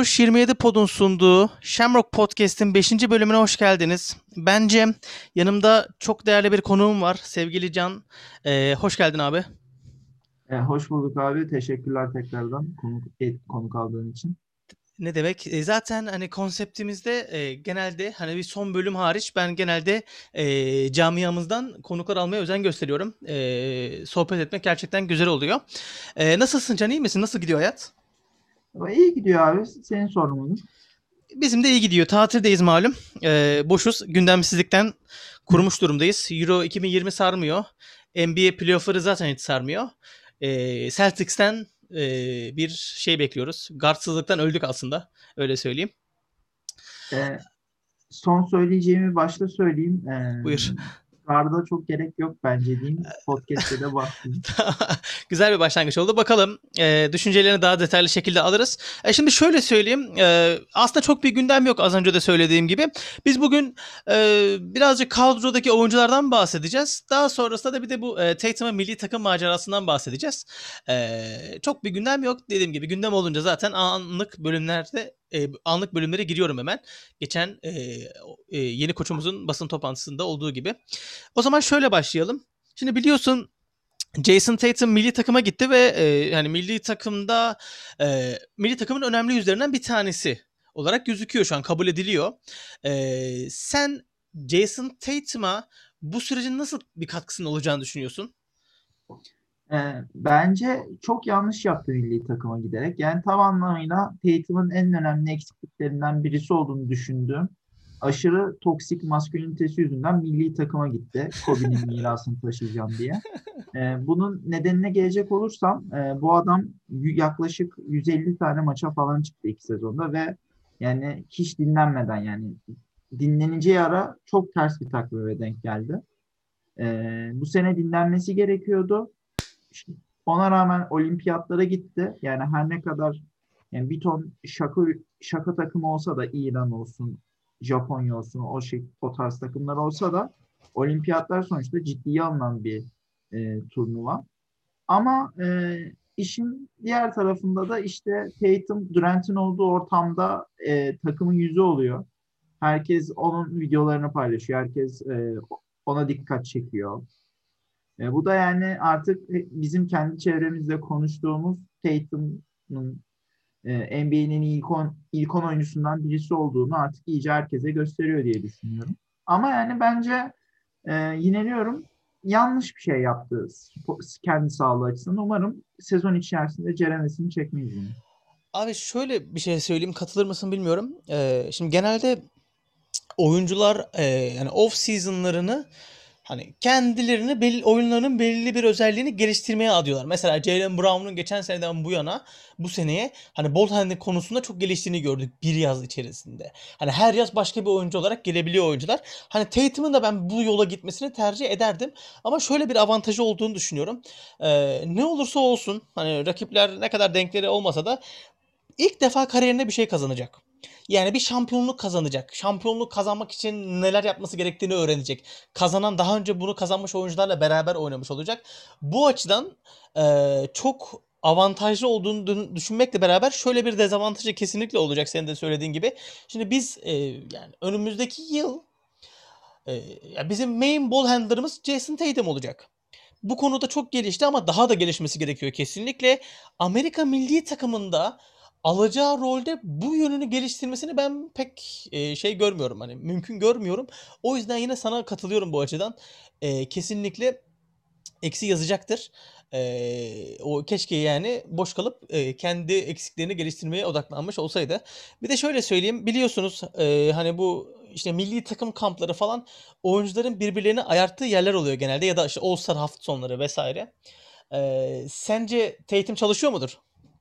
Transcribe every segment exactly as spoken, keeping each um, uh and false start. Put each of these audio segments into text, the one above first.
Tuş yirmi yedi Pod'un sunduğu Shamrock Podcast'in beşinci bölümüne hoş geldiniz. Ben Cem, yanımda çok değerli bir konuğum var, sevgili Can. Ee, hoş geldin abi. E, hoş bulduk abi. Teşekkürler tekrardan konuk, et, konuk aldığın için. Ne demek? E, zaten hani konseptimizde e, genelde hani bir son bölüm hariç ben genelde e, camiamızdan konuklar almaya özen gösteriyorum. E, sohbet etmek gerçekten güzel oluyor. E, nasılsın Can, iyi misin? Nasıl gidiyor hayat? Ama iyi gidiyor abi. Senin sorunun. Bizim de iyi gidiyor. Tatildeyiz malum. Ee, boşuz. Gündemsizlikten kurumuş durumdayız. Euro iki bin yirmi sarmıyor. N B A playoff'ları zaten hiç sarmıyor. Ee, Celtics'ten e, bir şey bekliyoruz. Guardsızlıktan öldük aslında. Öyle söyleyeyim. E, Son söyleyeceğimi başta söyleyeyim. Buyur. E, Garda çok gerek yok bence diyeyim. Podcast'te de bahsedeyim. Güzel bir başlangıç oldu. Bakalım e, düşüncelerini daha detaylı şekilde alırız. E, şimdi şöyle söyleyeyim. E, aslında çok bir gündem yok, az önce de söylediğim gibi. Biz bugün e, birazcık kadrodaki oyunculardan bahsedeceğiz. Daha sonrasında da bir de bu e, Tatum'un milli takım macerasından bahsedeceğiz. E, çok bir gündem yok. Dediğim gibi gündem olunca zaten anlık bölümlerde e, anlık bölümlere giriyorum hemen. Geçen e, e, yeni koçumuzun basın toplantısında olduğu gibi. O zaman şöyle başlayalım. Şimdi biliyorsun Jason Tatum milli takıma gitti ve e, yani milli takımda e, milli takımın önemli yüzlerinden bir tanesi olarak gözüküyor, şu an kabul ediliyor. E, sen Jason Tatum'a bu sürecin nasıl bir katkısının olacağını düşünüyorsun? E, Bence çok yanlış yaptı milli takıma giderek. Yani tam anlamıyla Tatum'un en önemli eksikliklerinden birisi olduğunu düşündüğüm aşırı toksik maskülinitesi yüzünden milli takıma gitti. Kobe'nin mirasını taşıyacağım diye. Ee, bunun nedenine gelecek olursam e, bu adam y- yaklaşık yüz elli tane maça falan çıktı iki sezonda ve yani hiç dinlenmeden yani dinleneceği ara çok ters bir takvime denk geldi. Ee, bu sene dinlenmesi gerekiyordu. İşte ona rağmen olimpiyatlara gitti. Yani her ne kadar yani bir ton şaka şaka takımı olsa da İran olsun, Japonya olsun, o şey o tarz takımlar olsa da olimpiyatlar sonuçta ciddiye alınan bir e, turnuva. Ama e, işin diğer tarafında da işte Tatum, Durant'in olduğu ortamda e, takımın yüzü oluyor. Herkes onun videolarını paylaşıyor. Herkes e, ona dikkat çekiyor. E, bu da yani artık bizim kendi çevremizde konuştuğumuz Tatum'un e, N B A'nin ilk on, ilk on oyuncusundan birisi olduğunu artık iyice herkese gösteriyor diye düşünüyorum. Ama yani bence e, yineliyorum. Yanlış bir şey yaptı spo- kendi sağlığı açısından. Umarım sezon içerisinde ceremesini çekmeyiz bunu. Abi şöyle bir şey söyleyeyim, katılır mısın bilmiyorum. Ee, şimdi genelde oyuncular e, yani off season'larını hani kendilerini belli, oyunlarının belirli bir özelliğini geliştirmeye adıyorlar. Mesela Jaylen Brown'un geçen seneden bu yana bu seneye hani ball handling konusunda çok geliştiğini gördük bir yaz içerisinde. Hani her yaz başka bir oyuncu olarak gelebiliyor oyuncular. Hani Tatum'un da ben bu yola gitmesini tercih ederdim. Ama şöyle bir avantajı olduğunu düşünüyorum. Ee, ne olursa olsun hani rakipler ne kadar denkleri olmasa da İlk defa kariyerinde bir şey kazanacak. Yani bir şampiyonluk kazanacak. Şampiyonluk kazanmak için neler yapması gerektiğini öğrenecek. Kazanan, daha önce bunu kazanmış oyuncularla beraber oynamış olacak. Bu açıdan eee, çok avantajlı olduğunu düşünmekle beraber şöyle bir dezavantajı kesinlikle olacak, senin de söylediğin gibi. Şimdi biz eee, yani önümüzdeki yıl eee, bizim main ball handler'ımız Jason Tatum olacak. Bu konuda çok gelişti ama daha da gelişmesi gerekiyor kesinlikle. Amerika milli takımında alacağı rolde bu yönünü geliştirmesini ben pek e, şey görmüyorum. Hani mümkün görmüyorum. O yüzden yine sana katılıyorum bu açıdan. E, kesinlikle eksi yazacaktır. E, o keşke yani boş kalıp e, kendi eksiklerini geliştirmeye odaklanmış olsaydı. Bir de şöyle söyleyeyim. Biliyorsunuz e, hani bu işte milli takım kampları falan oyuncuların birbirlerini ayarttığı yerler oluyor genelde, ya da işte All-Star hafta sonları vesaire. Ee, sence Tatum çalışıyor mudur?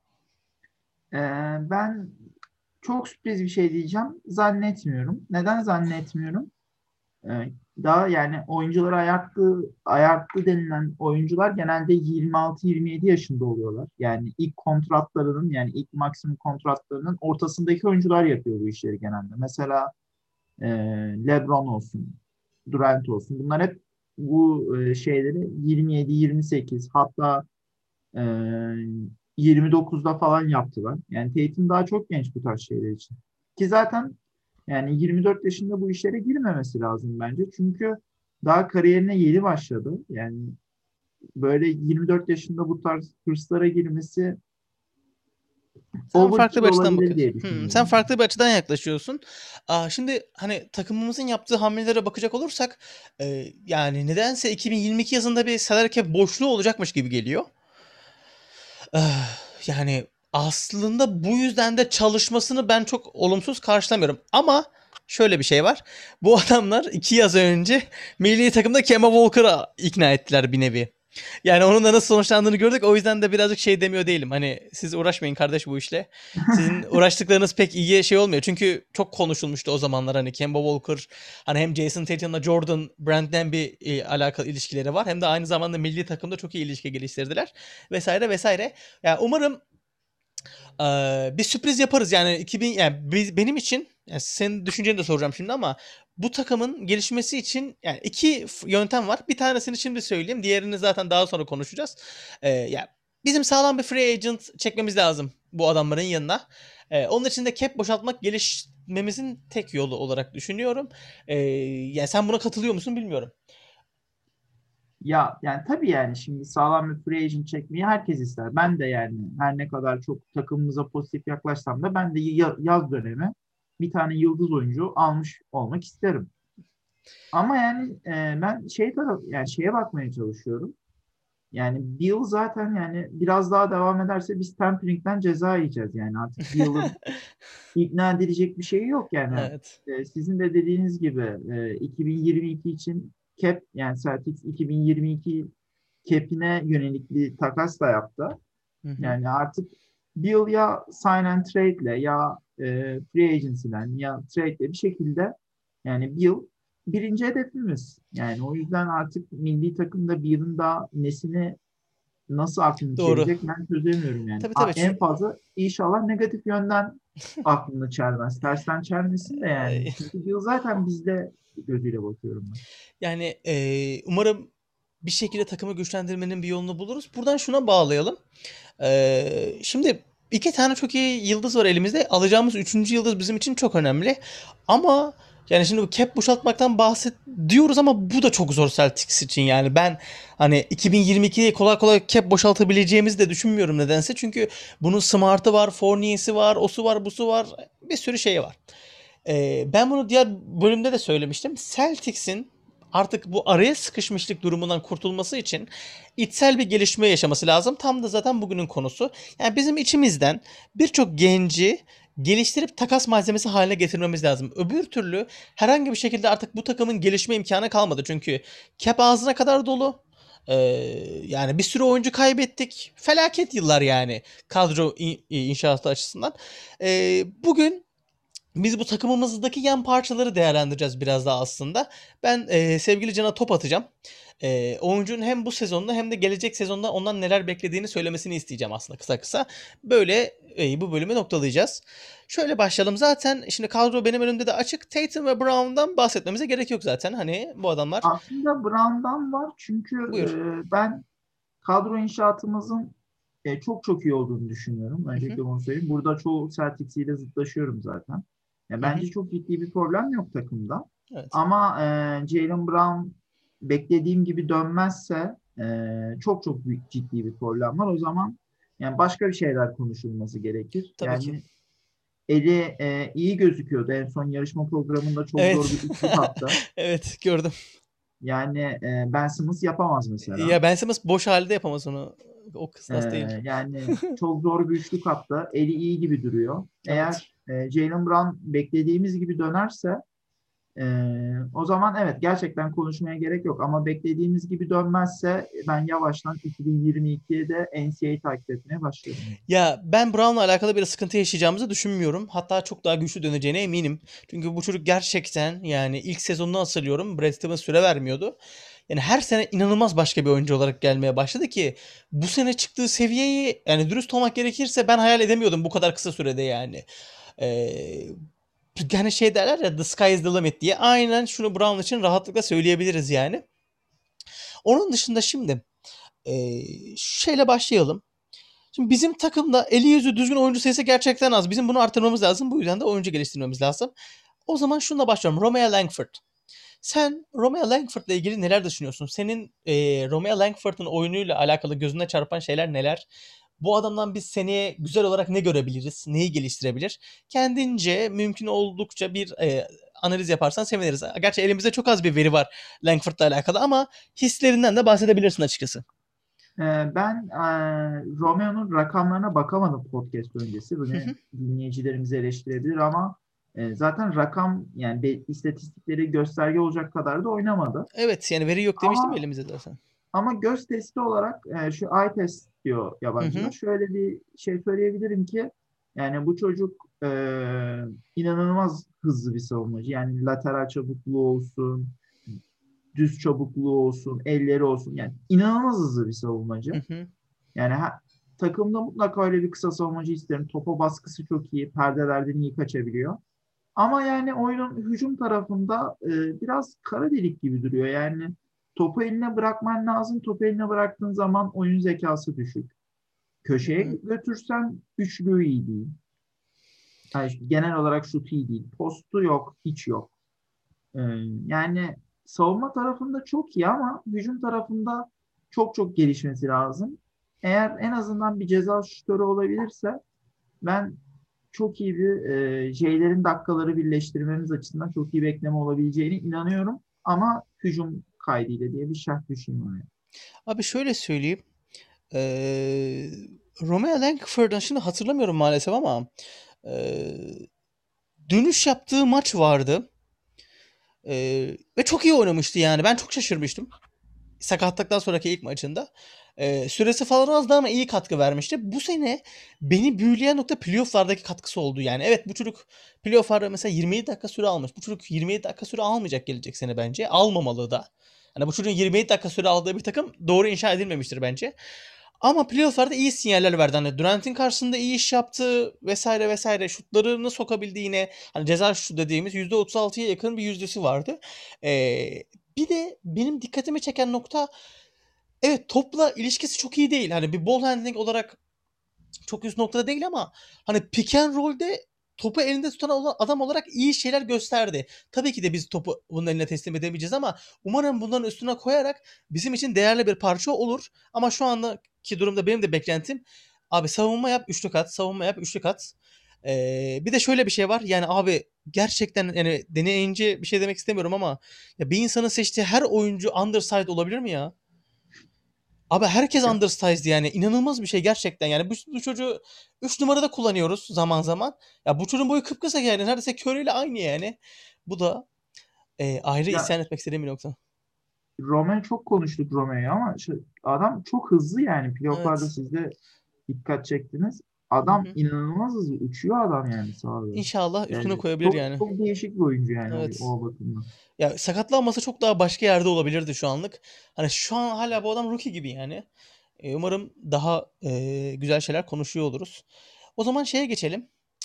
E, Ben çok sürpriz bir şey diyeceğim. Zannetmiyorum. Neden zannetmiyorum? Ee, Daha yani oyuncuları ayarttı, ayarttı denilen oyuncular genelde yirmi altı yirmi yedi yaşında oluyorlar. Yani ilk kontratlarının yani ilk maksimum kontratlarının ortasındaki oyuncular yapıyor bu işleri genelde. Mesela e, LeBron olsun, Durant olsun. Bunlar hep bu e, şeyleri yirmi yedi yirmi sekiz hatta e, yirmi dokuzda falan yaptılar. Yani Tatum daha çok genç bu tarz şeyler için. Ki zaten yani yirmi dört yaşında bu işlere girmemesi lazım bence. Çünkü daha kariyerine yeni başladı. Yani böyle yirmi dört yaşında bu tarz hırslara girmesi Sen farklı overkill bir açıdan olabilir bakıyorsun. diye Hmm, sen düşünüyorum ben. farklı bir açıdan yaklaşıyorsun. Aa, şimdi hani takımımızın yaptığı hamlelere bakacak olursak e, yani nedense iki bin yirmi iki yazında bir salary cap boşluğu olacakmış gibi geliyor. Ah, yani aslında bu yüzden de çalışmasını ben çok olumsuz karşılamıyorum. Ama şöyle bir şey var. Bu adamlar iki yaz önce milli takımda Kemba Walker'ı ikna ettiler bir nevi. Yani onun da nasıl sonuçlandığını gördük. O yüzden de birazcık şey demiyor değilim. Hani siz uğraşmayın kardeş bu işle. Sizin uğraştıklarınız pek iyiye şey olmuyor. Çünkü çok konuşulmuştu o zamanlar hani Kemba Walker hani hem Jason Tatum'la Jordan Brand'den bir e, alakalı ilişkileri var. Hem de aynı zamanda milli takımda çok iyi ilişki geliştirdiler. Vesaire vesaire. Yani umarım eee, bir sürpriz yaparız. Yani iki bin yani biz, benim için yani senin düşünceni de soracağım şimdi ama bu takımın gelişmesi için yani iki f- yöntem var. Bir tanesini şimdi söyleyeyim. Diğerini zaten daha sonra konuşacağız. Eee yani bizim sağlam bir free agent çekmemiz lazım bu adamların yanına. Eee, onun için de cap boşaltmak gelişmemizin tek yolu olarak düşünüyorum. Eee, yani sen buna katılıyor musun bilmiyorum. Ya yani tabii yani şimdi sağlam bir free agent çekmeyi herkes ister. Ben de yani her ne kadar çok takımımıza pozitif yaklaşsam da ben de ya- yaz dönemi bir tane yıldız oyuncu almış olmak isterim. Ama yani e, ben şey taraf yani şeye bakmaya çalışıyorum. Yani Beal zaten yani biraz daha devam ederse biz tempering'den ceza yiyeceğiz yani artık Beal'ın ikna edilecek bir şey yok yani. Evet. E, sizin de dediğiniz gibi e, iki bin yirmi iki için cap yani Celtics iki bin yirmi iki cap'ine yönelik bir takas da yaptı. Hı hı. Yani artık Beal ya sign and trade'le ya e, free agency'den ya trade'le bir şekilde yani Beal birinci hedefimiz. Yani o yüzden artık milli takımda Beal'ın da nesini nasıl aklını Doğru. çelecek ben çözemiyorum yani. Tabii A- tabii. En Çü- fazla inşallah negatif yönden aklını çelmez. Tersten çelmesin de yani. Eee, Çünkü Beal zaten bizde gözüyle bakıyorum ben. Yani eee, umarım bir şekilde takımı güçlendirmenin bir yolunu buluruz. Buradan şuna bağlayalım. Eee, şimdi iki tane çok iyi yıldız var elimizde. Alacağımız üçüncü yıldız bizim için çok önemli. Ama yani şimdi bu cap boşaltmaktan bahset diyoruz ama bu da çok zor Celtics için. Yani ben hani iki bin yirmi ikiye kolay kolay cap boşaltabileceğimizi de düşünmüyorum nedense. Çünkü bunun Smart'ı var, Fournier'si var, osu var, busu var. Bir sürü şey var. Ee, ben bunu diğer bölümde de söylemiştim. Celtics'in artık bu araya sıkışmışlık durumundan kurtulması için içsel bir gelişme yaşaması lazım. Tam da zaten bugünün konusu. Yani bizim içimizden birçok genci geliştirip takas malzemesi haline getirmemiz lazım. Öbür türlü herhangi bir şekilde artık bu takımın gelişme imkanı kalmadı. Çünkü cap ağzına kadar dolu. Ee, yani bir sürü oyuncu kaybettik. Felaket yıllar yani kadro in- inşaatı açısından. Ee, bugün biz bu takımımızdaki yan parçaları değerlendireceğiz biraz daha aslında. Ben eee, sevgili Can'a top atacağım. Eee oyuncunun hem bu sezonda hem de gelecek sezonda ondan neler beklediğini söylemesini isteyeceğim aslında kısa kısa. Böyle eee, bu bölümü noktalayacağız. Şöyle başlayalım. Zaten şimdi kadro benim önümde de açık. Tatum ve Brown'dan bahsetmemize gerek yok zaten. Hani bu adamlar. Aslında Brown'dan var çünkü Buyur. e, ben kadro inşaatımızın e, çok çok iyi olduğunu düşünüyorum. Hı hı. Öncelikle bunu söyleyeyim. Burada çoğu Celtics ile zıtlaşıyorum zaten. Ya Hı hı. bence çok ciddi bir problem yok takımda. Evet. Ama e, Jaylen Brown beklediğim gibi dönmezse e, çok çok büyük ciddi bir problem var. O zaman yani başka bir şeyler konuşulması gerekir. Tabii ki. Yani eli e, iyi gözüküyordu. En son yarışma programında çok zor Evet. bir üçlük attı. Evet gördüm. Yani e, Ben Simmons yapamaz mesela. Ya Ben Simmons boş halde yapamaz onu. O Ee, kıstas değil. Yani çok zor bir üçlük hatta. Eli iyi gibi duruyor. Evet. Eğer e, Jaylen Brown beklediğimiz gibi dönerse e, o zaman evet gerçekten konuşmaya gerek yok. Ama beklediğimiz gibi dönmezse ben yavaştan iki bin yirmi ikiye de N C A A takip etmeye başlıyorum. Ya ben Brown'la alakalı bir sıkıntı yaşayacağımızı düşünmüyorum. Hatta çok daha güçlü döneceğine eminim. Çünkü bu çocuk gerçekten yani ilk sezonunu hatırlıyorum. Brad Stevens süre vermiyordu. Yani her sene inanılmaz başka bir oyuncu olarak gelmeye başladı ki bu sene çıktığı seviyeyi yani dürüst olmak gerekirse ben hayal edemiyordum bu kadar kısa sürede yani. Ee, yani şey derler ya the sky is the limit diye. Aynen şunu Brown için rahatlıkla söyleyebiliriz yani. Onun dışında şimdi ee, şeyle başlayalım. Şimdi bizim takımda eli yüzü düzgün oyuncu sayısı gerçekten az. Bizim bunu artırmamız lazım. Bu yüzden de oyuncu geliştirmemiz lazım. O zaman şununla başlıyorum. Romeo Langford. Sen Romeo Langford'la ilgili neler düşünüyorsun? Senin e, Romeo Langford'un oyunuyla alakalı gözüne çarpan şeyler neler? Bu adamdan biz seneye güzel olarak ne görebiliriz? Neyi geliştirebilir? Kendince mümkün oldukça bir e, analiz yaparsan seviniriz. Gerçi elimizde çok az bir veri var Langford'la alakalı ama hislerinden de bahsedebilirsin açıkçası. Ee, Ben e, Romeo'nun rakamlarına bakamadım podcast öncesi. Bunu Hı hı. dinleyicilerimiz eleştirebilir ama e, zaten rakam yani be- istatistikleri gösterge olacak kadar da oynamadı. Evet, yani veri yok demiştim ya Ama elimizde zaten. ama göz testi olarak e, şu eye test diyor Hı yabancılar. hı. Şöyle bir şey söyleyebilirim ki yani bu çocuk e, inanılmaz hızlı bir savunmacı. Yani lateral çabukluğu olsun, düz çabukluğu olsun, elleri olsun. Yani inanılmaz hızlı bir savunmacı. Hı hı. Yani ha- takımda mutlaka öyle bir kısa savunmacı isterim. Topa baskısı çok iyi, perdelerden iyi kaçabiliyor. Ama yani oyunun hücum tarafında e, biraz kara delik gibi duruyor. Yani topu eline bırakman lazım. Topu eline bıraktığın zaman oyun zekası düşük. Hı Köşeye hı. götürsen üçlü iyi değil. Yani genel olarak şutu iyi değil. Postu yok, hiç yok. E, Yani savunma tarafında çok iyi ama hücum tarafında çok çok gelişmesi lazım. Eğer en azından bir ceza şutörü olabilirse ben çok iyi bir e, J'lerin dakikaları birleştirmemiz açısından çok iyi bekleme olabileceğine inanıyorum. Ama hücum kaydıyla diye bir şart düşeyim oraya. Abi şöyle söyleyeyim. Ee, Romeo Langford'un şimdi hatırlamıyorum maalesef ama ee, dönüş yaptığı maç vardı. Ee, ve çok iyi oynamıştı yani. Ben çok şaşırmıştım. Sakatlıktan sonraki ilk maçında. Ee, süresi falan azdı ama iyi katkı vermişti. Bu sene beni büyüleyen nokta playoff'lardaki katkısı oldu. Yani evet bu çocuk playoff'larda mesela yirmi yedi dakika süre almış. Bu çocuk yirmi yedi dakika süre almayacak gelecek sene bence. Almamalı da. Hani bu çocuğun yirmi yedi dakika süre aldığı bir takım doğru inşa edilmemiştir bence. Ama playoff'larda iyi sinyaller verdi. Hani Durant'in karşısında iyi iş yaptı vesaire vesaire. Şutlarını sokabildi yine. Hani ceza şutu dediğimiz yüzde otuz altıya yakın bir yüzdesi vardı. Ee, bir de benim dikkatimi çeken nokta evet topla ilişkisi çok iyi değil. Hani bir ball handling olarak çok üst noktada değil ama hani pick and roll'de topu elinde tutan adam olarak iyi şeyler gösterdi. Tabii ki de biz topu bunun eline teslim edemeyeceğiz ama umarım bunların üstüne koyarak bizim için değerli bir parça olur. Ama şu andaki durumda benim de beklentim abi savunma yap üçlü kat, savunma yap üçlü kat. Ee, bir de şöyle bir şey var yani abi gerçekten yani deneyince bir şey demek istemiyorum ama ya bir insanın seçtiği her oyuncu underside olabilir mi ya? Abi herkes Ya, undersized yani. İnanılmaz bir şey gerçekten. Yani bu, bu çocuğu üç numarada kullanıyoruz zaman zaman. Ya bu çocuğun boyu kıpkısa yani. Neredeyse Curry ile aynı yani. Bu da e, ayrı ya isyan etmek istediğim bir nokta. Romeo çok konuştuk Romeo'yu ama şu- adam çok hızlı yani. Playoff'larda Evet. siz de dikkat çektiniz. Hı Adam hı. inanılmaz hızlı. Uçuyor adam yani sahada. İnşallah üstüne Yani koyabilir çok yani. çok değişik bir oyuncu yani o, Evet. o bakımdan. Ya sakatlanmasa çok daha başka yerde olabilirdi şu anlık. Hani şu an hala bu adam rookie gibi yani. E, umarım daha e, güzel şeyler konuşuyor oluruz. O zaman şeye geçelim.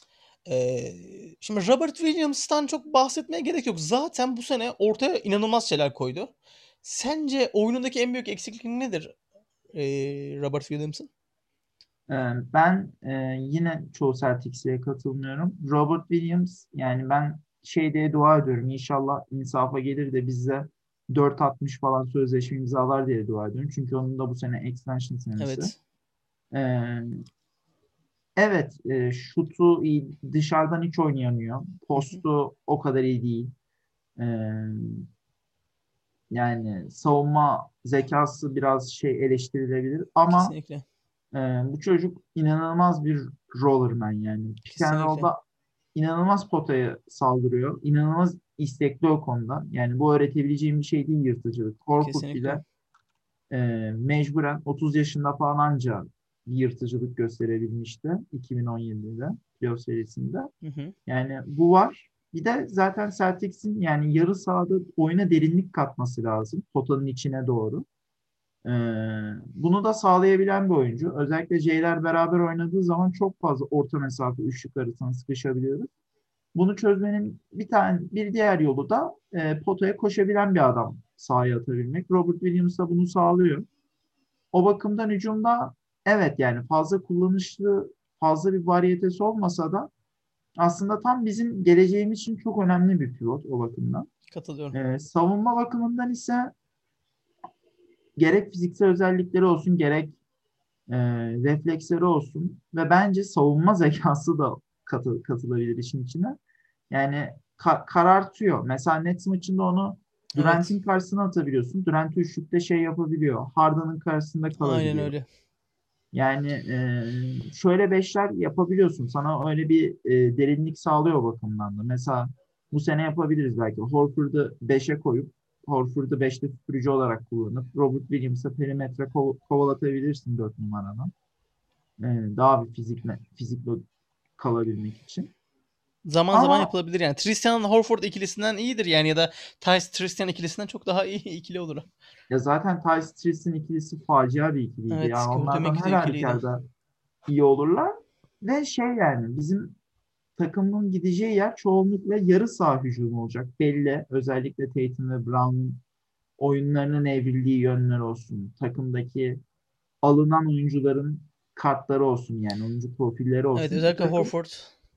Ee, şimdi Robert Williams'tan çok bahsetmeye gerek yok. Zaten bu sene ortaya inanılmaz şeyler koydu. Sence oyunundaki en büyük eksiklik nedir ee, Robert Williams'ın? Ee, Ben e, yine çoğu Celtics'e katılmıyorum. Robert Williams yani ben şey diye dua ediyorum. İnşallah insafa gelir de bizde dört altmış falan sözleşme imzalar diye dua ediyorum. Çünkü onun da bu sene extension senesi. Evet. Ee, evet, e, şutu iyi, dışarıdan hiç oynayamıyor. Hı hı. Postu o kadar iyi değil. Ee, Yani savunma zekası biraz şey eleştirilebilir ama Kesinlikle. Ee, bu çocuk inanılmaz bir rollerman yani. Pick and Kesinlikle. roll'da inanılmaz potaya saldırıyor. İnanılmaz istekli o konuda. Yani bu öğretebileceğim bir şey değil yırtıcılık. Korkut Kesinlikle. bile e, mecburen otuz yaşında falan anca bir yırtıcılık gösterebilmişti iki bin on yedide playoff serisinde. Hı hı. Yani bu var. Bir de zaten Celtics'in yani yarı sahada oyuna derinlik katması lazım. Potanın içine doğru. Ee, Bunu da sağlayabilen bir oyuncu. Özellikle J'ler beraber oynadığı zaman çok fazla orta mesafe üçlük arasına sıkışabiliyoruz. Bunu çözmenin bir tane bir diğer yolu da e, potaya koşabilen bir adam sahaya atabilmek. Robert Williams da bunu sağlıyor. O bakımdan hücumda evet yani fazla kullanışlı, fazla bir varyetesi olmasa da aslında tam bizim geleceğimiz için çok önemli bir pivot o bakımdan. Katılıyorum. Ee, savunma bakımından ise gerek fiziksel özellikleri olsun, gerek e, refleksleri olsun ve bence savunma zekası da katı, katılabilir işin içine. Yani ka- karartıyor. Mesela Nets maçında onu Evet. Durant'in karşısına atabiliyorsun. Durant üçlükte şey yapabiliyor. Harden'ın karşısında Aynen kalabiliyor. öyle. Yani e, şöyle beşler yapabiliyorsun. Sana öyle bir e, derinlik sağlıyor o bakımdan da. Mesela bu sene yapabiliriz belki. Horford'u beşe koyup Horford'u beşte süpürücü olarak kullanıp Robert Williams'a perimetre kov- kovalatabilirsin dört numaradan. E, daha bir fizikle, fizikle kalabilmek için. Zaman zaman Ama yapılabilir yani. Tristan Horford ikilisinden iyidir yani, ya da Tice Tristan ikilisinden çok daha iyi ikili olur. ya zaten Tyce Tristan ikilisi facia bir ikiliydi. Evet, Yani gördüğüm onlardan ikili her ikiliydi. halükarda iyi olurlar. Ve şey yani bizim takımın gideceği yer çoğunlukla yarı saha hücumu olacak. Belli. Özellikle Tatum ve Brown'un oyunlarının evrildiği yönler olsun. Takımdaki alınan oyuncuların kartları olsun yani oyuncu profilleri Evet, olsun. Bu özellikle takım Horford.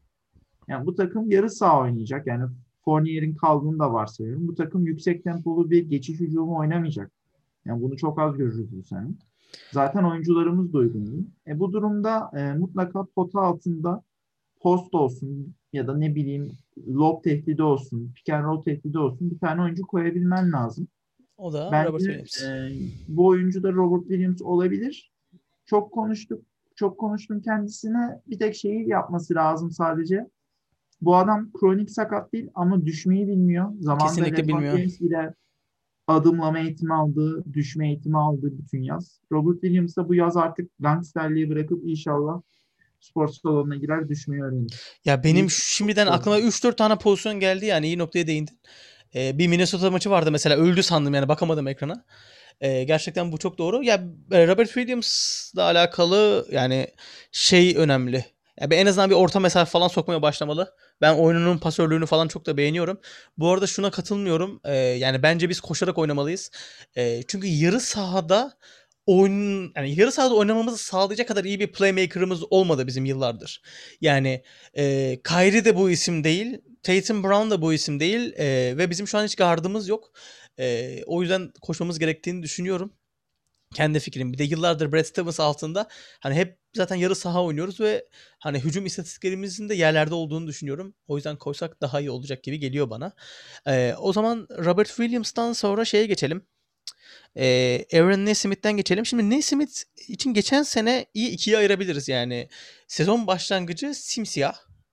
yani bu takım yarı saha oynayacak. Yani Fournier'in kaldığını da varsayıyorum. Bu takım yüksek tempolu bir geçiş hücumu oynamayacak. Yani bunu çok az görürüz bu sene. Zaten oyuncularımız da uygun değil. E, bu durumda e, mutlaka pota altında post olsun ya da ne bileyim lob tehdidi olsun, pick and roll tehdidi olsun bir tane oyuncu koyabilmen lazım. O da Robert Bence Williams. e, bu oyuncu da Robert Williams olabilir. Çok konuştuk, çok konuştum kendisine. Bir tek şeyi yapması lazım sadece. Bu adam kronik sakat değil ama düşmeyi bilmiyor. Zamanında Kesinlikle LeBron bilmiyor. James bile adımlama eğitimi aldı, düşme eğitimi aldı bütün yaz. Robert Williams da bu yaz artık gangsterliği bırakıp inşallah spor salonuna girer, düşmeyi öğrenir. Ya benim İyi, çok şimdiden aklıma korkunç. üç dört tane pozisyon geldi yani, iyi noktaya değindin. Ee, bir Minnesota maçı vardı mesela, öldü sandım yani, bakamadım ekrana. Ee, gerçekten bu çok doğru. Ya e, Robert Williams'la alakalı yani şey önemli. Ya bir en azından bir orta mesafe falan sokmaya başlamalı. Ben oyununun pasörlüğünü falan çok da beğeniyorum. Bu arada şuna katılmıyorum. Ee, yani bence biz koşarak oynamalıyız. Ee, çünkü yarı sahada oyun yani yarı sahada oynamamızı sağlayacak kadar iyi bir playmaker'ımız olmadı bizim yıllardır. Yani e, Kyrie de bu isim değil. Tatum Brown da bu isim değil. E, ve bizim şu an hiç gardımız yok. E, o yüzden koşmamız gerektiğini düşünüyorum. Kendi fikrim. Bir de yıllardır Brad Stevens altında hani hep zaten yarı saha oynuyoruz ve hani hücum istatistiklerimizin de yerlerde olduğunu düşünüyorum. O yüzden koysak daha iyi olacak gibi geliyor bana. E, o zaman Robert Williams'tan sonra şeye geçelim. E, Aaron Nesmith'ten geçelim. Şimdi Nesmith için geçen sene iyi ikiye ayırabiliriz yani. Sezon başlangıcı simsiyah.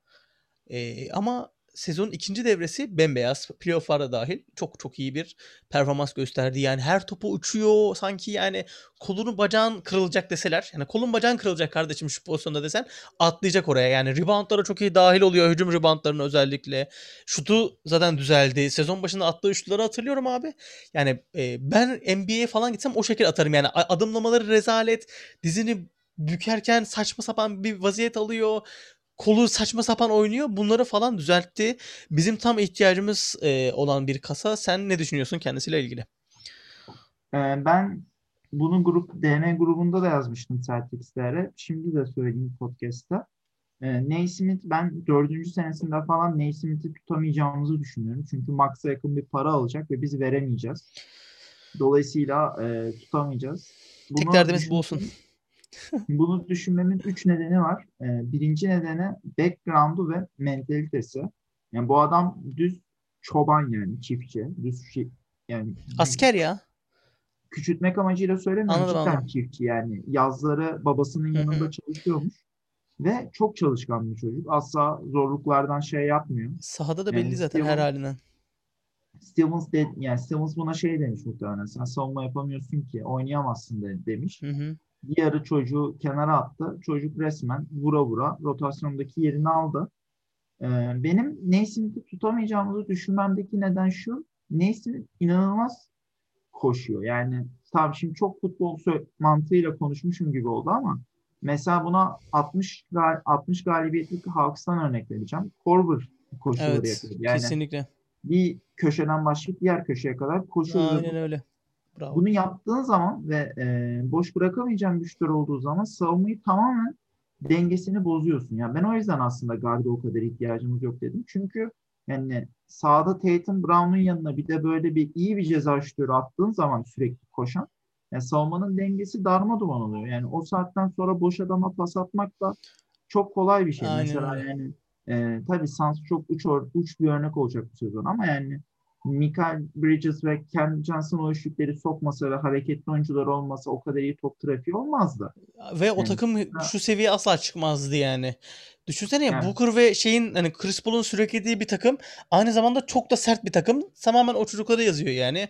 Eee, ama sezonun ikinci devresi bembeyaz. Playoff'larda dahil çok çok iyi bir performans gösterdi. Yani her topu uçuyor. Sanki yani kolunu bacağın kırılacak deseler. Yani kolun bacağın kırılacak kardeşim şu pozisyonda desen atlayacak oraya. Yani reboundlara çok iyi dahil oluyor. Hücum reboundlarına özellikle. Şutu zaten düzeldi. Sezon başında attığı şutları hatırlıyorum abi. Yani e, ben N B A'ye falan gitsem o şekil atarım. Yani a- adımlamaları rezalet. Dizini bükerken saçma sapan bir vaziyet alıyor, kolu saçma sapan oynuyor. Bunları falan düzeltti. Bizim tam ihtiyacımız e, olan bir kasa. Sen ne düşünüyorsun kendisiyle ilgili? Ee, ben bunu grup D M grubunda da yazmıştım Celtics'lere. Şimdi de söyleyeyim podcast'ta. Ee, Naismith ben dördüncü senesinde falan Naismith'i tutamayacağımızı düşünüyorum. Çünkü Max'a yakın bir para alacak ve biz veremeyeceğiz. Dolayısıyla e, tutamayacağız. Tek Bunu derdimiz bu olsun. düşünmemin, bunu düşünmemin üç nedeni var. Ee, birinci nedeni background'u ve mentalitesi. Yani bu adam düz çoban yani çiftçi. Düz şey, yani Asker ya. küçültmek amacıyla söylemiyorum. Anladım, Cidden anladım. çiftçi yani. Yazları babasının Hı yanında hı. çalışıyormuş. Ve çok çalışkan bir çocuk. Asla zorluklardan şey yapmıyor. Sahada da belli Yani zaten her Stevens, halinden. Stevens, de, yani Stevens buna şey demiş muhtemelen. Sen savunma yapamıyorsun ki oynayamazsın de, demiş. Hı hı. Yarı çocuğu kenara attı. Çocuk resmen vura vura rotasyondaki yerini aldı. Ee, benim Naismith'i tutamayacağımızı düşünmemdeki neden şu. Naismith inanılmaz koşuyor. Yani tabii şimdi çok futbol sö- mantığıyla konuşmuşum gibi oldu ama mesela buna altmış gal- altmış galibiyetlik Hawks'tan örnek vereceğim. Korver koşuları Evet. yapıyor. Yani Kesinlikle. bir köşeden başlayıp diğer köşeye kadar koşuyor ve Aynen bu öyle. Bravo. Bunu yaptığın zaman ve e, boş bırakamayacağın güçler olduğu zaman savunmayı tamamen dengesini bozuyorsun. Yani ben o yüzden aslında garda o kadar ihtiyacımız yok dedim. Çünkü yani sahada Tatum Brown'un yanına bir de böyle bir iyi bir ceza şutörü attığın zaman sürekli koşan, yani savunmanın dengesi darmadağın oluyor. Yani o saatten sonra boş adama pas atmak da çok kolay bir şey. Aynen Mesela öyle. yani e, tabii Suns çok uç, or- uç bir örnek olacak bu sezon ama yani Mikal Bridges ve Cam Johnson o üçlükleri sokmasa ve hareketli oyuncular olmasa o kadar iyi top trafiği olmazdı. Ve o Yani, takım şu seviyeye asla çıkmazdı yani. Düşünsene ya, yani Booker ve şeyin hani Chris Paul'un süreklediği bir takım, aynı zamanda çok da sert bir takım. Tamamen o çocuklara yazıyor yani.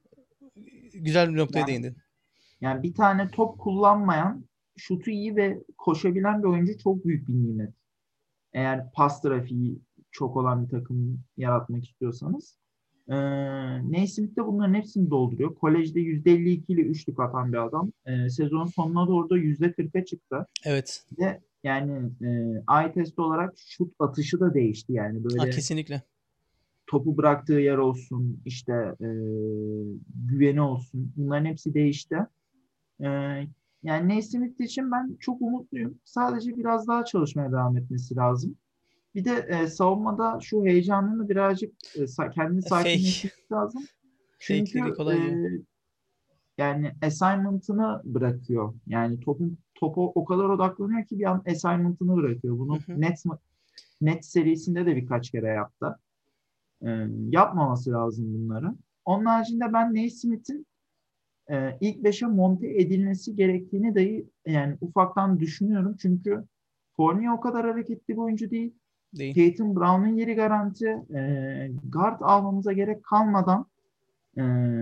Güzel bir noktaya yani değindin. yani bir tane top kullanmayan, şutu iyi ve koşabilen bir oyuncu çok büyük bir nimet. Eğer pas trafiği çok olan bir takım yaratmak istiyorsanız. Ee, Naismith de bunların hepsini dolduruyor. Kolejde yüzde elli iki ile üçlük atan bir adam. Ee, sezon sonuna doğru da yüzde kırka çıktı. Evet. Ve yani e, eye test olarak şut atışı da değişti. Yani Ha, böyle kesinlikle. topu bıraktığı yer olsun, işte e, güveni olsun. Bunların hepsi değişti. E, Yani Naismith için ben çok umutluyum. Sadece biraz daha çalışmaya devam etmesi lazım. Bir de e, savunmada şu heyecanını birazcık e, sa- kendini E, Fake. sakinleştirmesi lazım. Çünkü Fake'leri e, kolay yiyor. yani assignment'ını bırakıyor. Yani topun topu o kadar odaklanıyor ki bir an assignment'ını bırakıyor. Hı Bunu hı. net net serisinde de birkaç kere yaptı. E, Yapmaması lazım bunları. Onun haricinde ben Naismith'in e, ilk beşe monte edilmesi gerektiğini dahi yani ufaktan düşünüyorum. Çünkü Fournier o kadar hareketli bir oyuncu değil. Değil. Tatum Brown'un yeri garanti. E, guard almamıza gerek kalmadan e,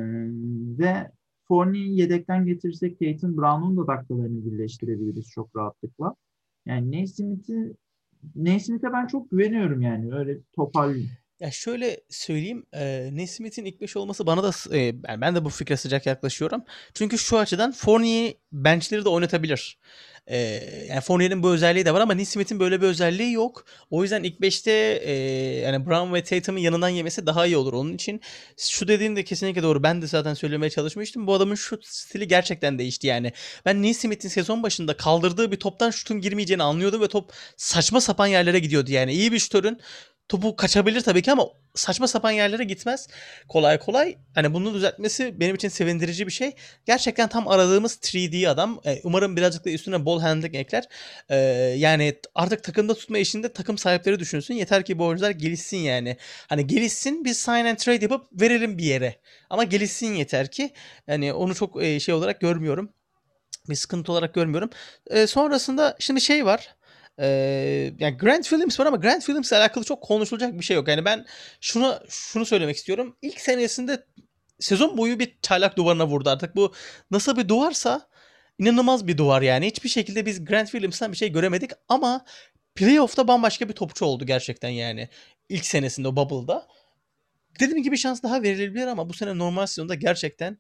ve Fournier'i yedekten getirirsek Tatum Brown'un da dakikalarını birleştirebiliriz çok rahatlıkla. Yani Naismith'i Naismith'e ben çok güveniyorum yani. Öyle toparlayayım. Ya şöyle söyleyeyim, eee Nesmith'in ilk beş olması bana da s- eee, ben ben de bu fikre sıcak yaklaşıyorum. Çünkü şu açıdan Fournier'i benchleri de oynatabilir. Eee, yani Fournier'in bu özelliği de var ama Nesmith'in böyle bir özelliği yok. O yüzden ilk beşte eee, yani Brown ve Tatum'un yanından yemesi daha iyi olur. Onun için şu dediğin de kesinlikle doğru. Ben de zaten söylemeye çalışmıştım. Bu adamın şut stili gerçekten değişti yani. Ben Nesmith'in sezon başında kaldırdığı bir toptan şutun girmeyeceğini anlıyordum ve top saçma sapan yerlere gidiyordu yani. İyi bir şutörün topu kaçabilir tabii ki ama saçma sapan yerlere gitmez kolay kolay. Hani bunu düzeltmesi benim için sevindirici bir şey. Gerçekten tam aradığımız üç D adam. E, umarım birazcık da üstüne ball handling ekler. E, yani artık takımda tutma işinde takım sahipleri düşünsün. Yeter ki bu oyuncular gelişsin yani. Hani gelişsin, biz sign and trade yapıp verelim bir yere. Ama gelişsin yeter ki. Yani onu çok e, şey olarak görmüyorum, bir sıkıntı olarak görmüyorum. Eee, sonrasında şimdi şey var. Eee, yani Grant Williams var ama Grant Williams'la alakalı çok konuşulacak bir şey yok. Yani ben şunu şunu söylemek istiyorum. İlk senesinde sezon boyu bir çaylak duvarına vurdu artık. Bu nasıl bir duvarsa inanılmaz bir duvar yani. Hiçbir şekilde biz Grant Williams'tan bir şey göremedik ama playoff'ta bambaşka bir topçu oldu gerçekten yani. İlk senesinde o bubble'da. Dediğim gibi şans daha verilebilir ama bu sene normal sezonda gerçekten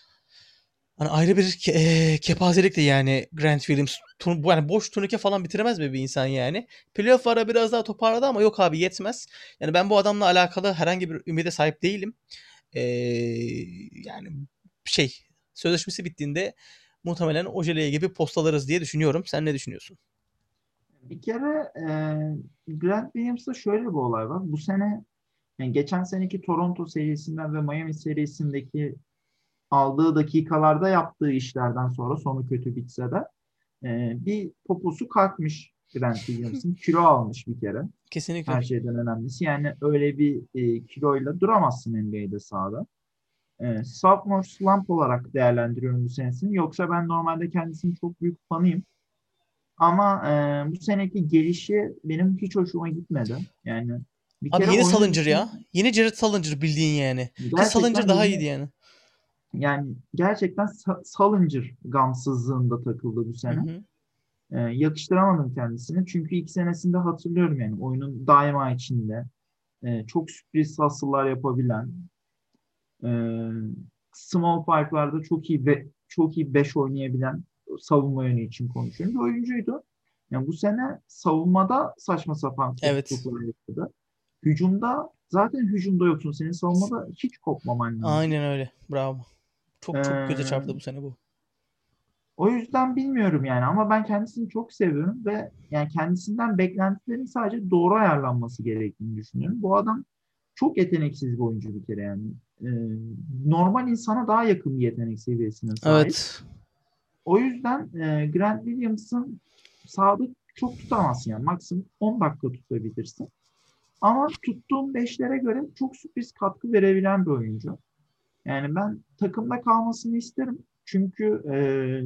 hani ayrı bir ke- eee, kepazelik de yani Grant Williams tur- bu yani boş turnike falan bitiremez mi bir insan yani? Playoff ara biraz daha toparladı ama yok abi, yetmez. Yani ben bu adamla alakalı herhangi bir ümide sahip değilim. Eee, yani şey, sözleşmesi bittiğinde muhtemelen Ojeleye gibi postalarız diye düşünüyorum. Sen ne düşünüyorsun? Bir kere e, Grant Williams'da şöyle bir olay var. Bu sene yani geçen seneki Toronto serisinden ve Miami serisindeki aldığı dakikalarda yaptığı işlerden sonra sonu kötü bitse de e, bir poposu kalkmış Grant Williams'ın. Kilo almış bir kere. Kesinlikle. Her şeyden önemlisi. Yani öyle bir e, kiloyla duramazsın N B A'de sahada. E, sophomore slump olarak değerlendiriyorum bu senesini. Yoksa ben normalde kendisinin çok büyük fanıyım. Ama e, bu seneki gelişi benim hiç hoşuma gitmedi. Yani bir Abi kere yeni oyunu Salinger ya. düşünün. Yeni Jared Salinger bildiğin yani. Ki Salinger Gerçekten daha iyiydi yeni yani. yani gerçekten Sa- Salinger gamsızlığında takıldı bu Hı sene. hı. E, yakıştıramadım kendisini. Çünkü ilk senesinde hatırlıyorum yani oyunun daima içinde. E, çok sürpriz hustle yapabilen, e, small parklarda çok iyi ve çok iyi beş oynayabilen, savunma yönü için konuşuyorum, bir oyuncuydu. Yani bu sene savunmada saçma sapan Evet. kopukluklar yaşadı. Hücumda zaten hücumda yoksun. Senin savunmada hiç kopmaman lazım. Aynen öyle. Bravo. Çok çok göze çarptı bu Ee, sene bu. O yüzden bilmiyorum yani, ama ben kendisini çok seviyorum ve yani kendisinden beklentilerin sadece doğru ayarlanması gerektiğini düşünüyorum. Bu adam çok yeteneksiz bir oyuncu bir kere yani. Ee, normal insana daha yakın bir yetenek seviyesine sahip. Evet. O yüzden e, Grant Williams'ın sahada çok tutamazsın yani. Maksimum on dakika tutabilirsin. Ama tuttuğum beşlere göre çok sürpriz katkı verebilen bir oyuncu. Yani ben takımda kalmasını isterim. Çünkü e,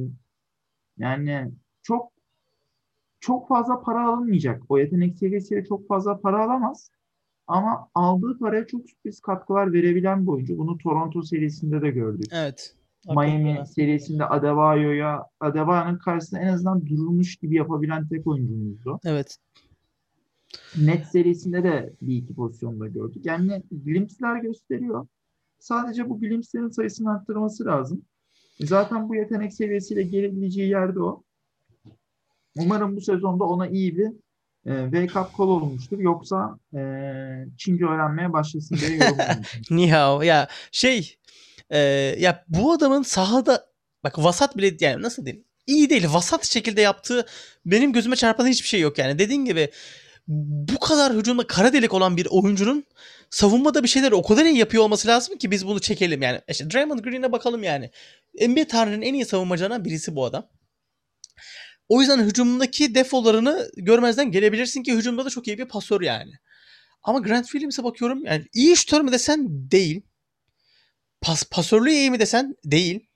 yani çok çok fazla para alınmayacak. O yetenek seviyesiyle çok fazla para alamaz. Ama aldığı paraya çok sürpriz katkılar verebilen bir oyuncu. Bunu Toronto serisinde de gördük. Evet. Hak veriyorum Miami ben. serisinde Adebayo'ya, Adebayo'nun karşısında en azından durulmuş gibi yapabilen tek oyuncumuzdu. Evet. Net serisinde de bir iki pozisyonda gördük. Yani glimpsler gösteriyor. Sadece bu glimpslerin sayısını arttırması lazım. Zaten bu yetenek seviyesiyle gelebileceği yerde o. Umarım bu sezonda ona iyi bir e, wake up call olmuştur. Yoksa e, Çince öğrenmeye başlasın diye yorumluyorum. Nihao ya şey e, ya bu adamın sahada bak vasat bile yani nasıl diyeyim iyi değil vasat şekilde yaptığı benim gözüme çarpan hiçbir şey yok yani dediğin gibi bu kadar hücumda kara delik olan bir oyuncunun savunmada bir şeyleri o kadar iyi yapıyor olması lazım ki biz bunu çekelim yani. İşte Draymond Green'e bakalım yani. N B A tarihinin en iyi savunmacılarından birisi bu adam. O yüzden hücumdaki defolarını görmezden gelebilirsin ki hücumda da çok iyi bir pasör yani. Ama Grant Williams'a bakıyorum yani iyi şutör mü desen değil. Pas, pasörlüğü iyi mi desen değil.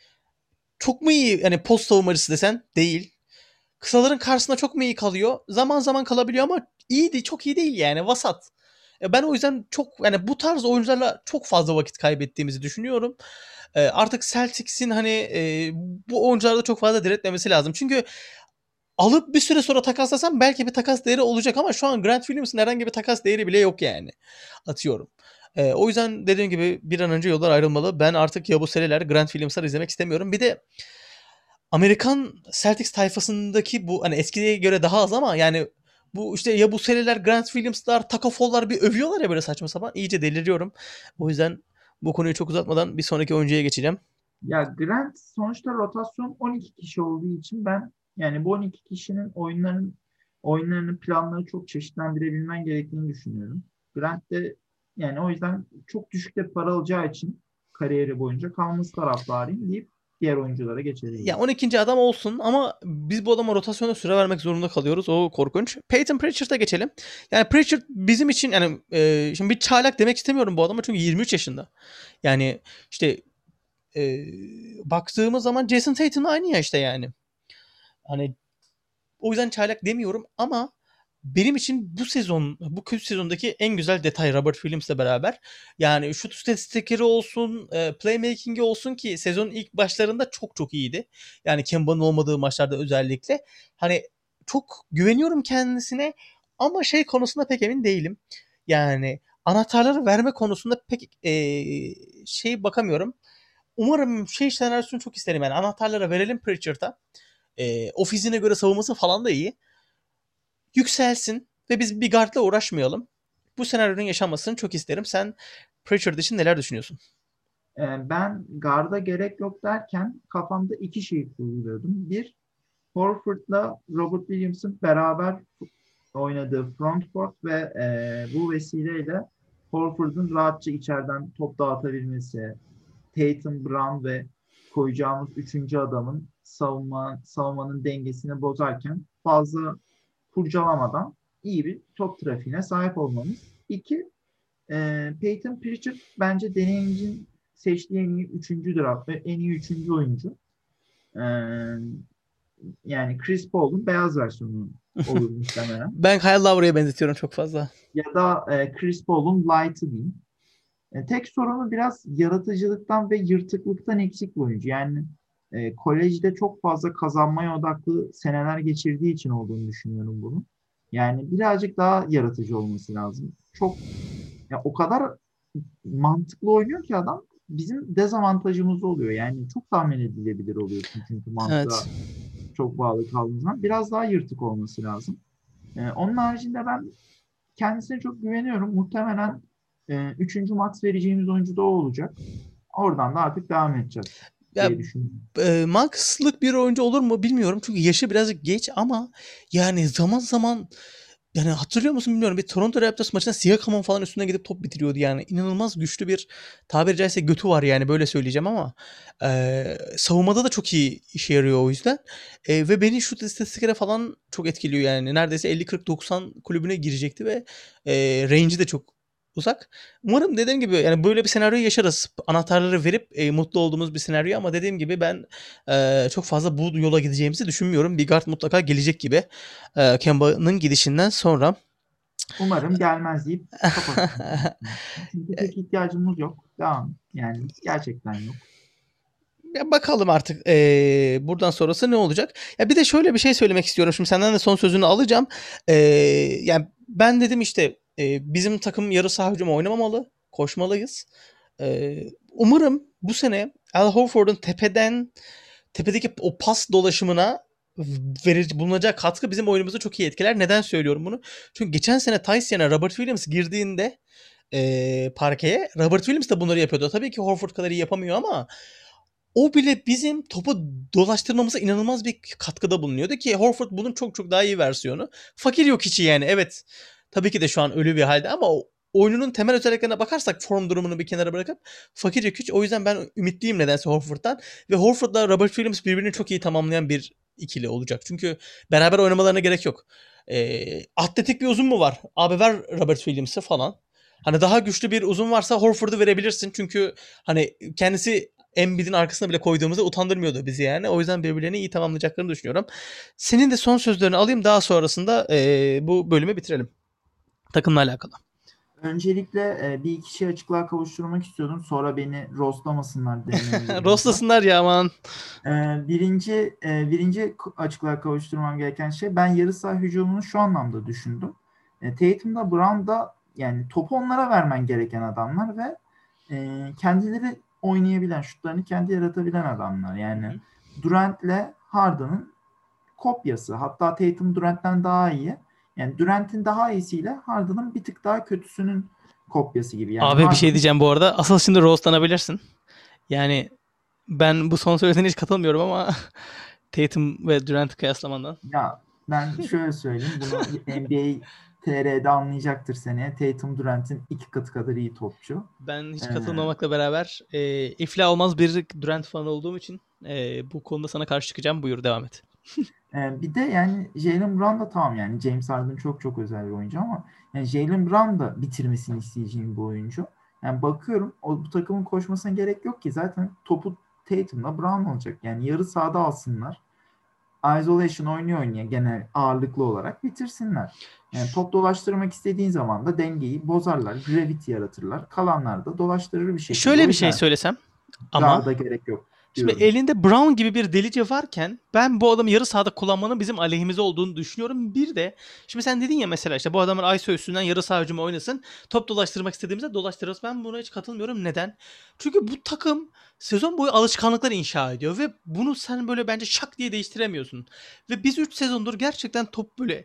Çok mu iyi yani post savunmacısı desen değil. Kısaların karşısında çok mu iyi kalıyor? Zaman zaman kalabiliyor ama iyi değil, çok iyi değil yani vasat. E, Ben o yüzden çok yani bu tarz oyuncularla çok fazla vakit kaybettiğimizi düşünüyorum. E, artık Celtics'in hani e, bu oyuncularda çok fazla diretmemesi lazım. Çünkü alıp bir süre sonra takaslasam belki bir takas değeri olacak ama şu an Grant Williams'ın herhangi bir takas değeri bile yok yani. Atıyorum. E, o yüzden dediğim gibi bir an önce yollar ayrılmalı. Ben artık ya bu seriler Grant Williams'ları izlemek istemiyorum. Bir de Amerikan Celtics tayfasındaki bu hani eskiye göre daha az ama yani bu işte ya bu seriler Grant Williams'lar, Tacko Fall'lar bir övüyorlar ya böyle saçma sapan. İyice deliriyorum. O yüzden bu konuyu çok uzatmadan bir sonraki oyuncuya geçeceğim. Ya Grant sonuçta rotasyon on iki kişi olduğu için ben yani bu on iki kişinin oyunların oyunlarını planları çok çeşitlendirebilmen gerektiğini düşünüyorum. Grant de yani o yüzden çok düşük de para alacağı için kariyeri boyunca kalması taraftarıyım deyip diğer oyunculara Ya geçebiliriz. on ikinci adam olsun ama biz bu adama rotasyona süre vermek zorunda kalıyoruz. O korkunç. Peyton Pritchard'a geçelim. Yani Pritchard bizim için yani e, şimdi bir çaylak demek istemiyorum bu adama çünkü yirmi üç yaşında. Yani işte e, baktığımız zaman Jason Tatum'la aynı yaşta yani. Hani o yüzden çaylak demiyorum ama benim için bu sezon, bu kötü sezondaki en güzel detay Robert Williams'la beraber. Yani şut istatistikleri olsun, e, playmaking'i olsun ki sezonun ilk başlarında çok çok iyiydi. Yani Kemba'nın olmadığı maçlarda özellikle. Hani çok güveniyorum kendisine ama şey konusunda pek emin değilim. Yani anahtarları verme konusunda pek e, şey bakamıyorum. Umarım şey senaryosunu çok isterim yani anahtarları verelim Pritchard'a. E, o fiziğine göre savunması falan da iyi. Yükselsin ve biz bir guardla uğraşmayalım. Bu senaryonun yaşanmasını çok isterim. Sen Pritchard için neler düşünüyorsun? Ee, ben garda gerek yok derken kafamda iki şey kurguluyordum. Bir, Horford'la Robert Williams'ın beraber oynadığı front court ve e, bu vesileyle Horford'un rahatça içeriden top dağıtabilmesi, Tatum, Brown ve koyacağımız üçüncü adamın savunma, savunmanın dengesini bozarken fazla kurcalamadan iyi bir top trafiğine sahip olmamız. İki, e, Peyton Pritchard bence deneyimcinin seçtiği en iyi üçüncü draft ve en iyi üçüncü oyuncu. E, Yani Chris Paul'un beyaz versiyonu olur muhtemelen. Ben Kyle Lowry'e benzetiyorum çok fazla. Ya da e, Chris Paul'un light'ı diyeyim. E, tek sorunu biraz yaratıcılıktan ve yırtıklıktan eksik bir oyuncu. Yani e, kolejde çok fazla kazanmaya odaklı seneler geçirdiği için olduğunu düşünüyorum bunu. Yani birazcık daha yaratıcı olması lazım. Çok ya o kadar mantıklı oynuyor ki adam bizim dezavantajımız oluyor. Yani çok tahmin edilebilir oluyorsun çünkü Evet. mantığa çok bağlı kaldığın zaman. Biraz daha yırtık olması lazım. E, onun haricinde ben kendisine çok güveniyorum. Muhtemelen e, üçüncü max vereceğimiz oyuncu da o olacak. Oradan da artık devam edeceğiz Ya diye düşünüyorum. e, Max'lık bir oyuncu olur mu bilmiyorum. Çünkü yaşı birazcık geç ama yani zaman zaman yani hatırlıyor musun bilmiyorum. Bir Toronto Raptors maçında Siakam'ın falan üstüne gidip top bitiriyordu yani. İnanılmaz güçlü bir tabiri caizse götü var yani böyle söyleyeceğim ama e, savunmada da çok iyi işe yarıyor o yüzden. E, ve beni şut istatistiklere falan çok etkiliyor yani. Neredeyse elli kırk doksan kulübüne girecekti ve e, range'i de çok uzak. Umarım dediğim gibi yani böyle bir senaryoyu yaşarız. Anahtarları verip e, mutlu olduğumuz bir senaryo ama dediğim gibi ben e, çok fazla bu yola gideceğimizi düşünmüyorum. Bir guard mutlaka gelecek gibi. E, Kemba'nın gidişinden sonra. Umarım gelmez deyip kapatalım. Çünkü pek ihtiyacımız yok. Devam. Yani gerçekten yok. Ya bakalım artık e, buradan sonrası ne olacak? Ya bir de şöyle bir şey söylemek istiyorum. Şimdi senden de son sözünü alacağım. E, yani ben dedim işte e, bizim takım yarı saha hücumu oynamamalı. Koşmalıyız. E, umarım bu sene Al Horford'un tepeden tepedeki o pas dolaşımına verici bulunacak katkı bizim oyunumuzu çok iyi etkiler. Neden söylüyorum bunu? Çünkü geçen sene Tice yerine Robert Williams girdiğinde e, parkeye Robert Williams da bunları yapıyordu. Tabii ki Horford kadar iyi yapamıyor ama o bile bizim topu dolaştırmamıza inanılmaz bir katkıda bulunuyordu ki Horford bunun çok çok daha iyi versiyonu. Fakir yok içi yani evet. Tabii ki de şu an ölü bir halde ama o oyununun temel özelliklerine bakarsak form durumunu bir kenara bırakıp fakir yok hiç. O yüzden ben ümitliyim nedense Horford'dan. Ve Horford'la Robert Williams birbirini çok iyi tamamlayan bir ikili olacak. Çünkü beraber oynamalarına gerek yok. Ee, atletik bir uzun mu var? Abi ver Robert Williams'ı falan. Hani daha güçlü bir uzun varsa Horford'u verebilirsin. Çünkü hani kendisi Embiid'in arkasına bile koyduğumuzda utandırmıyordu bizi yani. O yüzden birbirlerini iyi tamamlayacaklarını düşünüyorum. Senin de son sözlerini alayım. Daha sonrasında eee, bu bölümü bitirelim. Takımla alakalı. Öncelikle e, bir iki şey açıklığa kavuşturmak istiyordum. Sonra beni roastlamasınlar denememin durumunda. Roslasınlar ya aman. E, birinci e, birinci açıklığa kavuşturmam gereken şey, ben yarı saha hücumunu şu anlamda düşündüm. E, Tatum'da, Brown'da, yani topu onlara vermen gereken adamlar ve e, kendileri oynayabilen, şutlarını kendi yaratabilen adamlar. Hı Yani hı. Durant'le Harden'ın kopyası. Hatta Tatum Durant'ten daha iyi. Yani Durant'in daha iyisiyle Harden'ın bir tık daha kötüsünün kopyası gibi. Yani Abi bir şey Harden, diyeceğim bu arada. Asıl şimdi roastlanabilirsin. Yani ben bu son söylediğine hiç katılmıyorum ama Tatum ve Durant kıyaslamandan. ya ben şöyle söyleyeyim, bunu N B A T R'de anlayacaktır seneye. Tatum Durant'in iki katı kadar iyi topçu. Ben Ee, hiç katılmamakla beraber e, iflah olmaz bir Durant fanı olduğum için e, bu konuda sana karşı çıkacağım. Buyur devam et. e, bir de yani Jaylen Brown da, tamam yani James Harden çok çok özel bir oyuncu ama yani Jaylen Brown da bitirmesini isteyeceğim bir oyuncu. Yani bakıyorum, o bu takımın koşmasına gerek yok ki, zaten topu Tatum'la Brown olacak. Yani yarı sahada alsınlar. Isolation oynuyor oynaya genel ağırlıklı olarak bitirsinler. Yani top dolaştırmak istediğin zaman da dengeyi bozarlar, gravity yaratırlar. Kalanlar da dolaştırır bir şekilde. Şöyle O bir şey yüzden söylesem ama guard'a gerek yok şimdi diyorum. elinde Brown gibi bir delice varken ben bu adamı yarı sahada kullanmanın bizim aleyhimize olduğunu düşünüyorum. Bir de şimdi sen dedin ya mesela işte bu adamın I S O üstünden yarı saha hücumu oynasın. Top dolaştırmak istediğimizde dolaştırırız. Ben buna hiç katılmıyorum. Neden? Çünkü bu takım sezon boyu alışkanlıklar inşa ediyor ve bunu sen böyle bence şak diye değiştiremiyorsun. Ve biz üç sezondur gerçekten top böyle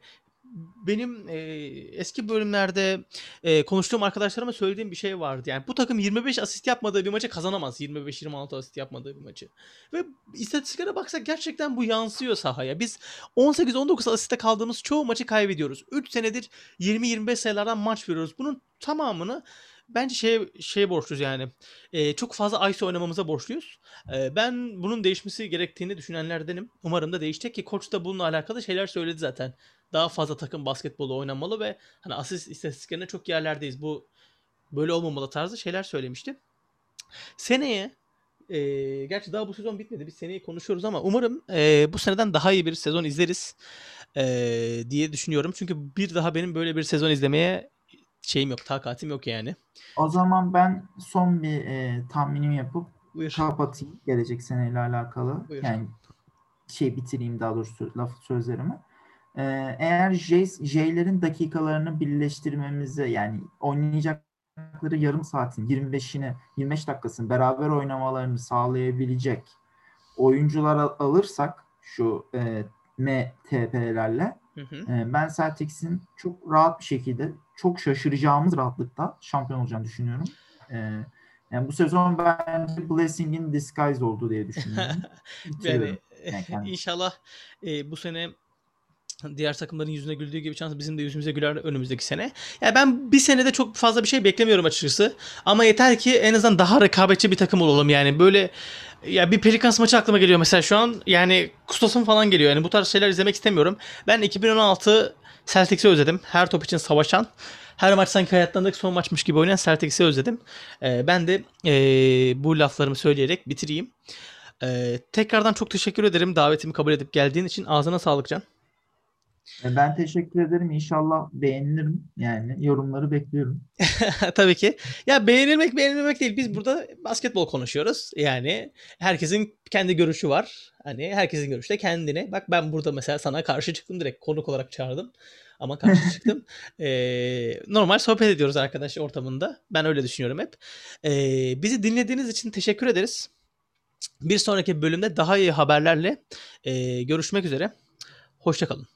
benim e, eski bölümlerde e, konuştuğum arkadaşlarıma söylediğim bir şey vardı. Yani bu takım yirmi beş asist yapmadığı bir maçı kazanamaz. yirmi beş yirmi altı asist yapmadığı bir maçı. Ve istatistiklere baksak gerçekten bu yansıyor sahaya. Biz on sekiz on dokuz asiste kaldığımız çoğu maçı kaybediyoruz. üç senedir yirmi yirmi beş sayılardan maç veriyoruz. Bunun tamamını bence şey şey borçluyuz yani. E, çok fazla I S O oynamamıza borçluyuz. E, ben bunun değişmesi gerektiğini düşünenlerdenim. Umarım da değişecek ki koç da bununla alakalı şeyler söyledi zaten. Daha fazla takım basketbolu oynanmalı ve hani asist istatistiklerinde çok yerlerdeyiz. Bu böyle olmamalı tarzı şeyler söylemişti. Seneye e, gerçi daha bu sezon bitmedi. Biz seneyi konuşuyoruz ama umarım e, bu seneden daha iyi bir sezon izleriz e, diye düşünüyorum. Çünkü bir daha benim böyle bir sezon izlemeye şeyim yok, takatim yok yani. O zaman ben son bir e, tahminimi yapıp Buyur, kapatayım gelecek seneyle alakalı. buyur. Yani şey bitireyim daha doğrusu laf sözlerimi. Ee, eğer J, J'lerin dakikalarını birleştirmemizi, yani oynayacakları yarım saatin yirmi beşini yirmi beş dakikasını beraber oynamalarını sağlayabilecek oyuncular al- alırsak şu e, M T P'lerle Hı hı. e, ben Celtics'in çok rahat bir şekilde, çok şaşıracağımız rahatlıkta şampiyon olacağını düşünüyorum. E, Yani bu sezon bence blessing in disguise oldu diye düşünüyorum. Yani Bitiriyorum. Yani kendi. inşallah e, bu sene diğer takımların yüzüne güldüğü gibi şans bizim de yüzümüze güler önümüzdeki sene. Yani ben bir senede çok fazla bir şey beklemiyorum açıkçası. Ama yeter ki en azından daha rekabetçi bir takım olalım yani. Böyle ya bir Pelicans maçı aklıma geliyor mesela şu an. Yani Kustos'un falan geliyor. Yani bu tarz şeyler izlemek istemiyorum. Ben iki bin on altı Celtics'i özledim. Her top için savaşan, her maç sanki hayatlarındaki son maçmış gibi oynayan Celtics'i özledim. Ee, ben de ee, bu laflarımı söyleyerek bitireyim. Ee, tekrardan çok teşekkür ederim davetimi kabul edip geldiğin için. Ağzına sağlık Can. E, Ben teşekkür ederim. İnşallah beğenirim. Yani yorumları bekliyorum. Tabii ki. Ya beğenilmek beğenilmemek değil. Biz burada basketbol konuşuyoruz. Yani herkesin kendi görüşü var. Hani herkesin görüşü de kendine. Bak ben burada mesela sana karşı çıktım, direkt konuk olarak çağırdım. Ama karşı çıktım. Ee, normal sohbet ediyoruz arkadaş ortamında. Ben öyle düşünüyorum hep. Ee, bizi dinlediğiniz için teşekkür ederiz. Bir sonraki bölümde daha iyi haberlerle e, görüşmek üzere. Hoşçakalın.